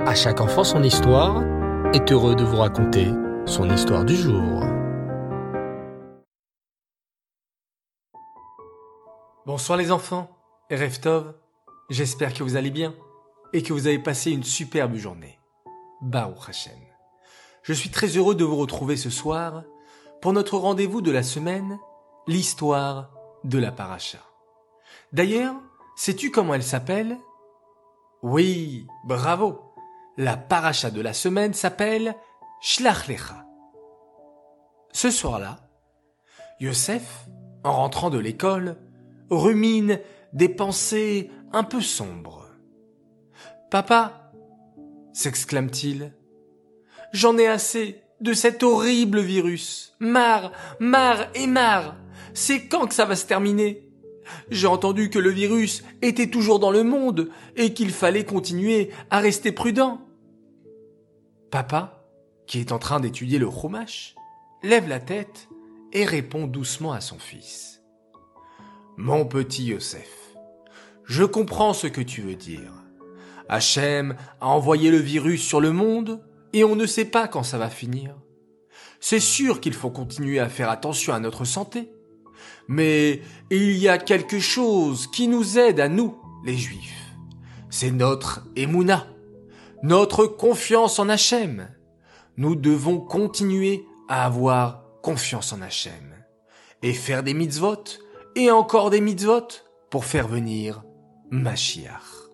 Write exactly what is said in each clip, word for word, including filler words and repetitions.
À chaque enfant son histoire est heureux de vous raconter son histoire du jour. Bonsoir les enfants, Erev Tov, j'espère que vous allez bien et que vous avez passé une superbe journée. Baruch Hashem. Je suis très heureux de vous retrouver ce soir pour notre rendez-vous de la semaine, l'histoire de la paracha. D'ailleurs, sais-tu comment elle s'appelle ? Oui, bravo. La paracha de la semaine s'appelle Shlach Lecha. Ce soir-là, Yosef, en rentrant de l'école, rumine des pensées un peu sombres. « Papa !» s'exclame-t-il. « J'en ai assez de cet horrible virus. Marre, marre et marre. C'est quand que ça va se terminer ? J'ai entendu que le virus était toujours dans le monde et qu'il fallait continuer à rester prudent. » Papa, qui est en train d'étudier le Chumash, lève la tête et répond doucement à son fils. « Mon petit Yosef, je comprends ce que tu veux dire. Hachem a envoyé le virus sur le monde et on ne sait pas quand ça va finir. C'est sûr qu'il faut continuer à faire attention à notre santé. Mais il y a quelque chose qui nous aide à nous, les Juifs. C'est notre Emouna, notre confiance en Hachem. Nous devons continuer à avoir confiance en Hachem et faire des mitzvot et encore des mitzvot pour faire venir Mashiach.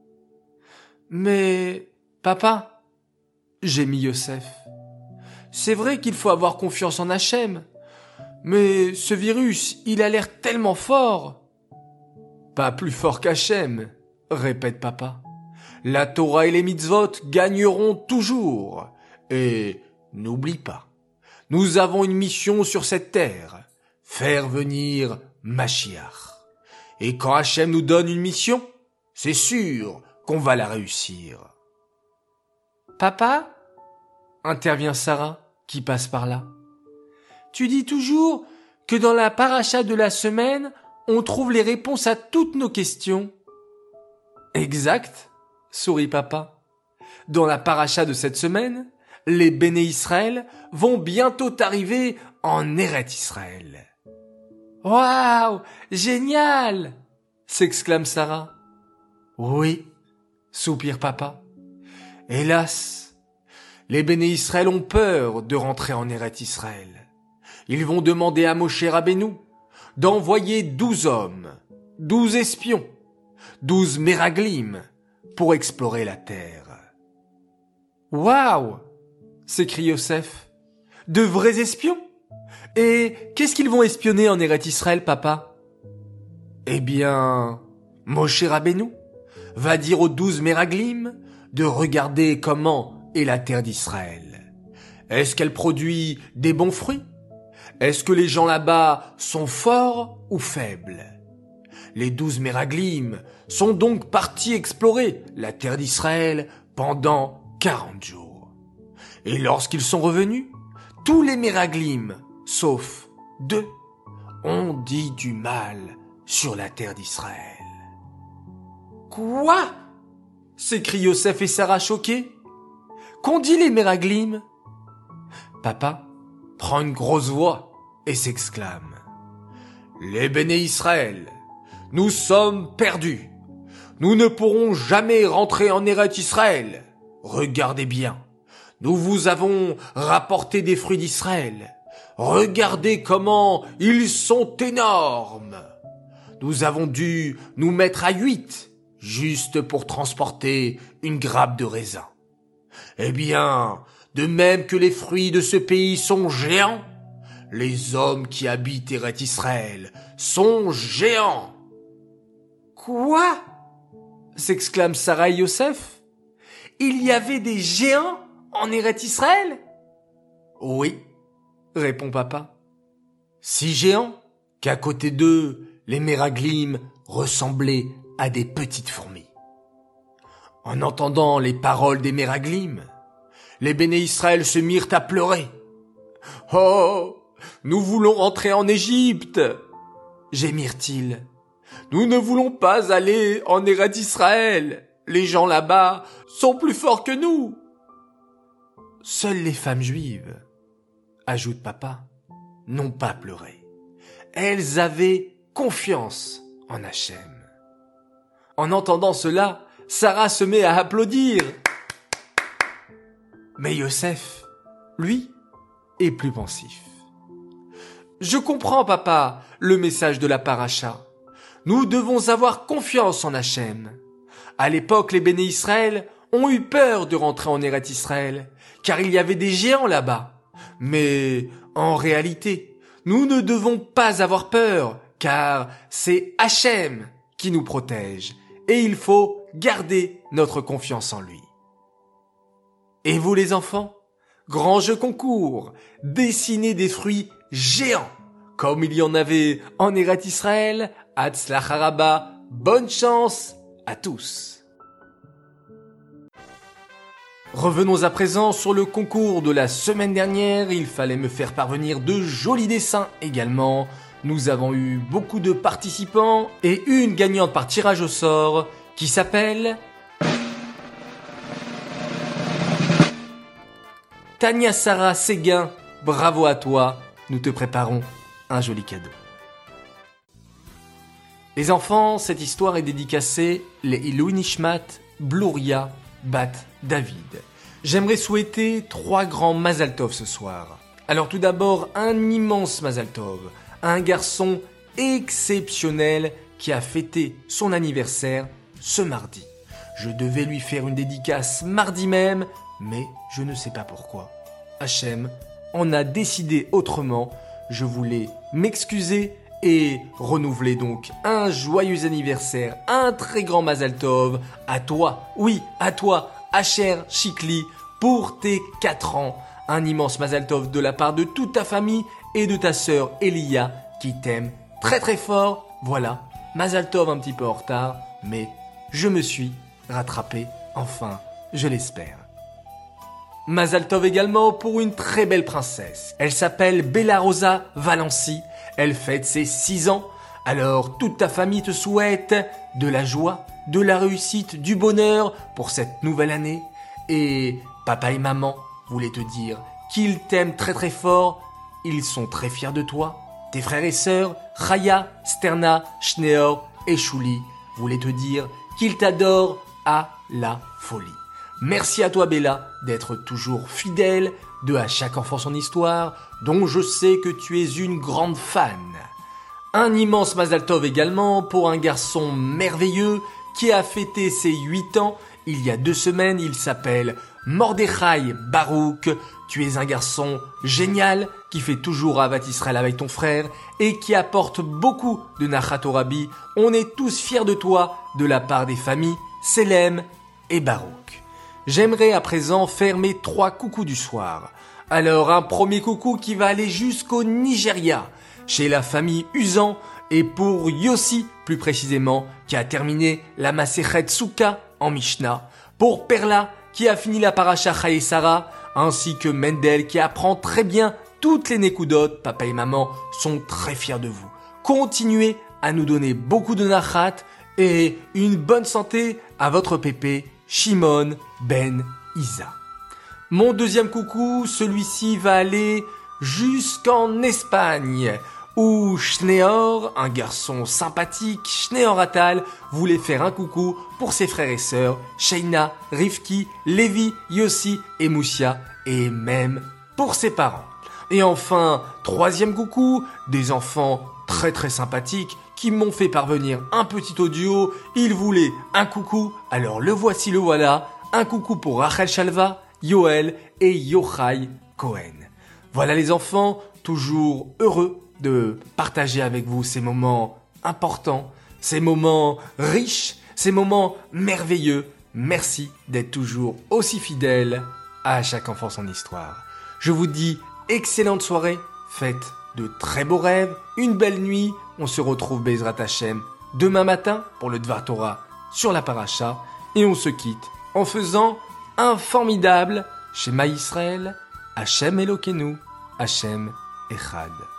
Mais, papa, gémit Yosef, c'est vrai qu'il faut avoir confiance en Hachem, mais ce virus, il a l'air tellement fort. Pas plus fort qu'Hachem, répète papa. La Torah et les mitzvot gagneront toujours. Et n'oublie pas, nous avons une mission sur cette terre, faire venir Mashiach. Et quand Hachem nous donne une mission, c'est sûr qu'on va la réussir. Papa, intervient Sarah, qui passe par là. Tu dis toujours que dans la paracha de la semaine, on trouve les réponses à toutes nos questions. Exact, sourit papa. Dans la paracha de cette semaine, les Béné Israël vont bientôt arriver en Eretz Israël. Waouh, génial, s'exclame Sarah. Oui, soupire papa. Hélas, les Béné Israël ont peur de rentrer en Eretz Israël. Ils vont demander à Moshe Rabbeinu d'envoyer douze hommes, douze espions, douze méraglim pour explorer la terre. Waouh! S'écrie Yosef. De vrais espions? Et qu'est-ce qu'ils vont espionner en Eretz Israël, papa? Eh bien, Moshe Rabbeinu va dire aux douze méraglim de regarder comment est la terre d'Israël. Est-ce qu'elle produit des bons fruits? Est-ce que les gens là-bas sont forts ou faibles? Les douze méraglim sont donc partis explorer la terre d'Israël pendant quarante jours. Et lorsqu'ils sont revenus, tous les méraglim, sauf deux, ont dit du mal sur la terre d'Israël. Quoi? S'écrient Yosef et Sarah choqués. Qu'ont dit les méraglim? Papa prend une grosse voix et s'exclame. Les Béné Israël, nous sommes perdus. Nous ne pourrons jamais rentrer en Eretz Israël. Regardez bien. Nous vous avons rapporté des fruits d'Israël. Regardez comment ils sont énormes. Nous avons dû nous mettre à huit, juste pour transporter une grappe de raisin. Eh bien, de même que les fruits de ce pays sont géants, les hommes qui habitent Eretz Israël sont géants. Quoi? S'exclame Sarah et Yosef. Il y avait des géants en Eretz Israël? Oui, répond papa. Si géants qu'à côté d'eux, les méraglim ressemblaient à des petites fourmis. En entendant les paroles des méraglim, les Béné Israël se mirent à pleurer. « Oh, nous voulons rentrer en Égypte !» gémirent-ils. « Nous ne voulons pas aller en Eretz Israël. Les gens là-bas sont plus forts que nous. Seules les femmes juives, ajoute papa, n'ont pas pleuré. Elles avaient confiance en Hachem. En entendant cela, Sarah se met à applaudir. Mais Yosef, lui, est plus pensif. Je comprends, papa, le message de la paracha. Nous devons avoir confiance en Hachem. À l'époque, les béné Israël ont eu peur de rentrer en Eretz Israël, car il y avait des géants là-bas. Mais, en réalité, nous ne devons pas avoir peur, car c'est Hachem qui nous protège, et il faut garder notre confiance en lui. Et vous les enfants? Grand jeu concours, dessinez des fruits géants, comme il y en avait en Eretz Israël. Hatzlacha Rabba, bonne chance à tous. Revenons à présent sur le concours de la semaine dernière. Il fallait me faire parvenir de jolis dessins également. Nous avons eu beaucoup de participants et une gagnante par tirage au sort qui s'appelle Tania Sarah Séguin. Bravo à toi, nous te préparons un joli cadeau. Les enfants, cette histoire est dédicacée les Ilui Nishmat Bluria Bat David. J'aimerais souhaiter trois grands Mazal Tov ce soir. Alors tout d'abord, un immense Mazal Tov, un garçon exceptionnel qui a fêté son anniversaire ce mardi. Je devais lui faire une dédicace mardi même, mais je ne sais pas pourquoi. Hachem en a décidé autrement. Je voulais m'excuser et renouveler donc un joyeux anniversaire, un très grand Mazal Tov à toi, oui, à toi, Asher Chikli, pour tes quatre ans. Un immense Mazal Tov de la part de toute ta famille et de ta sœur Elia qui t'aime très très fort. Voilà, Mazal Tov un petit peu en retard, mais je me suis rattrapé, enfin, je l'espère. Mazal Tov également pour une très belle princesse. Elle s'appelle Bella Rosa Valenci. Elle fête ses six ans. Alors toute ta famille te souhaite de la joie, de la réussite, du bonheur pour cette nouvelle année. Et papa et maman voulaient te dire qu'ils t'aiment très très fort. Ils sont très fiers de toi. Tes frères et sœurs, Chaya, Sterna, Schneor et Shuli, voulaient te dire qu'ils t'adorent à la folie. Merci à toi Bella d'être toujours fidèle de À chaque enfant son histoire, dont je sais que tu es une grande fan. Un immense Mazal Tov également pour un garçon merveilleux qui a fêté ses huit ans il y a deux semaines. Il s'appelle Mordechai Barouk. Tu es un garçon génial qui fait toujours Avat Israël avec ton frère et qui apporte beaucoup de Nachat au Rabbi. On est tous fiers de toi de la part des familles Selem et Barouk. J'aimerais à présent faire mes trois coucous du soir. Alors un premier coucou qui va aller jusqu'au Nigeria, chez la famille Usan, et pour Yossi plus précisément, qui a terminé la Masechet Souka en Mishnah, pour Perla qui a fini la Paracha Chayei Sarah, ainsi que Mendel qui apprend très bien toutes les Nekudot. Papa et maman sont très fiers de vous. Continuez à nous donner beaucoup de nachat et une bonne santé à votre pépé Shimon Ben Isa. Mon deuxième coucou, celui-ci va aller jusqu'en Espagne, où Schneor, un garçon sympathique, Schneor Atal, voulait faire un coucou pour ses frères et sœurs, Sheina, Rivki, Levi, Yossi et Moussia, et même pour ses parents. Et enfin, troisième coucou, des enfants très très sympathiques qui m'ont fait parvenir un petit audio. Ils voulaient un coucou, alors le voici, le voilà. Un coucou pour Rachel Shalva, Yoel et Yochai Cohen. Voilà les enfants, toujours heureux de partager avec vous ces moments importants, ces moments riches, ces moments merveilleux. Merci d'être toujours aussi fidèles à chaque enfant son histoire. Je vous dis excellente soirée, faites de très beaux rêves, une belle nuit. On se retrouve Bezrat Hashem demain matin pour le Dvar Torah sur la Paracha et on se quitte en faisant un formidable Shema Yisrael, Hashem Elokeinu, Hashem Echad.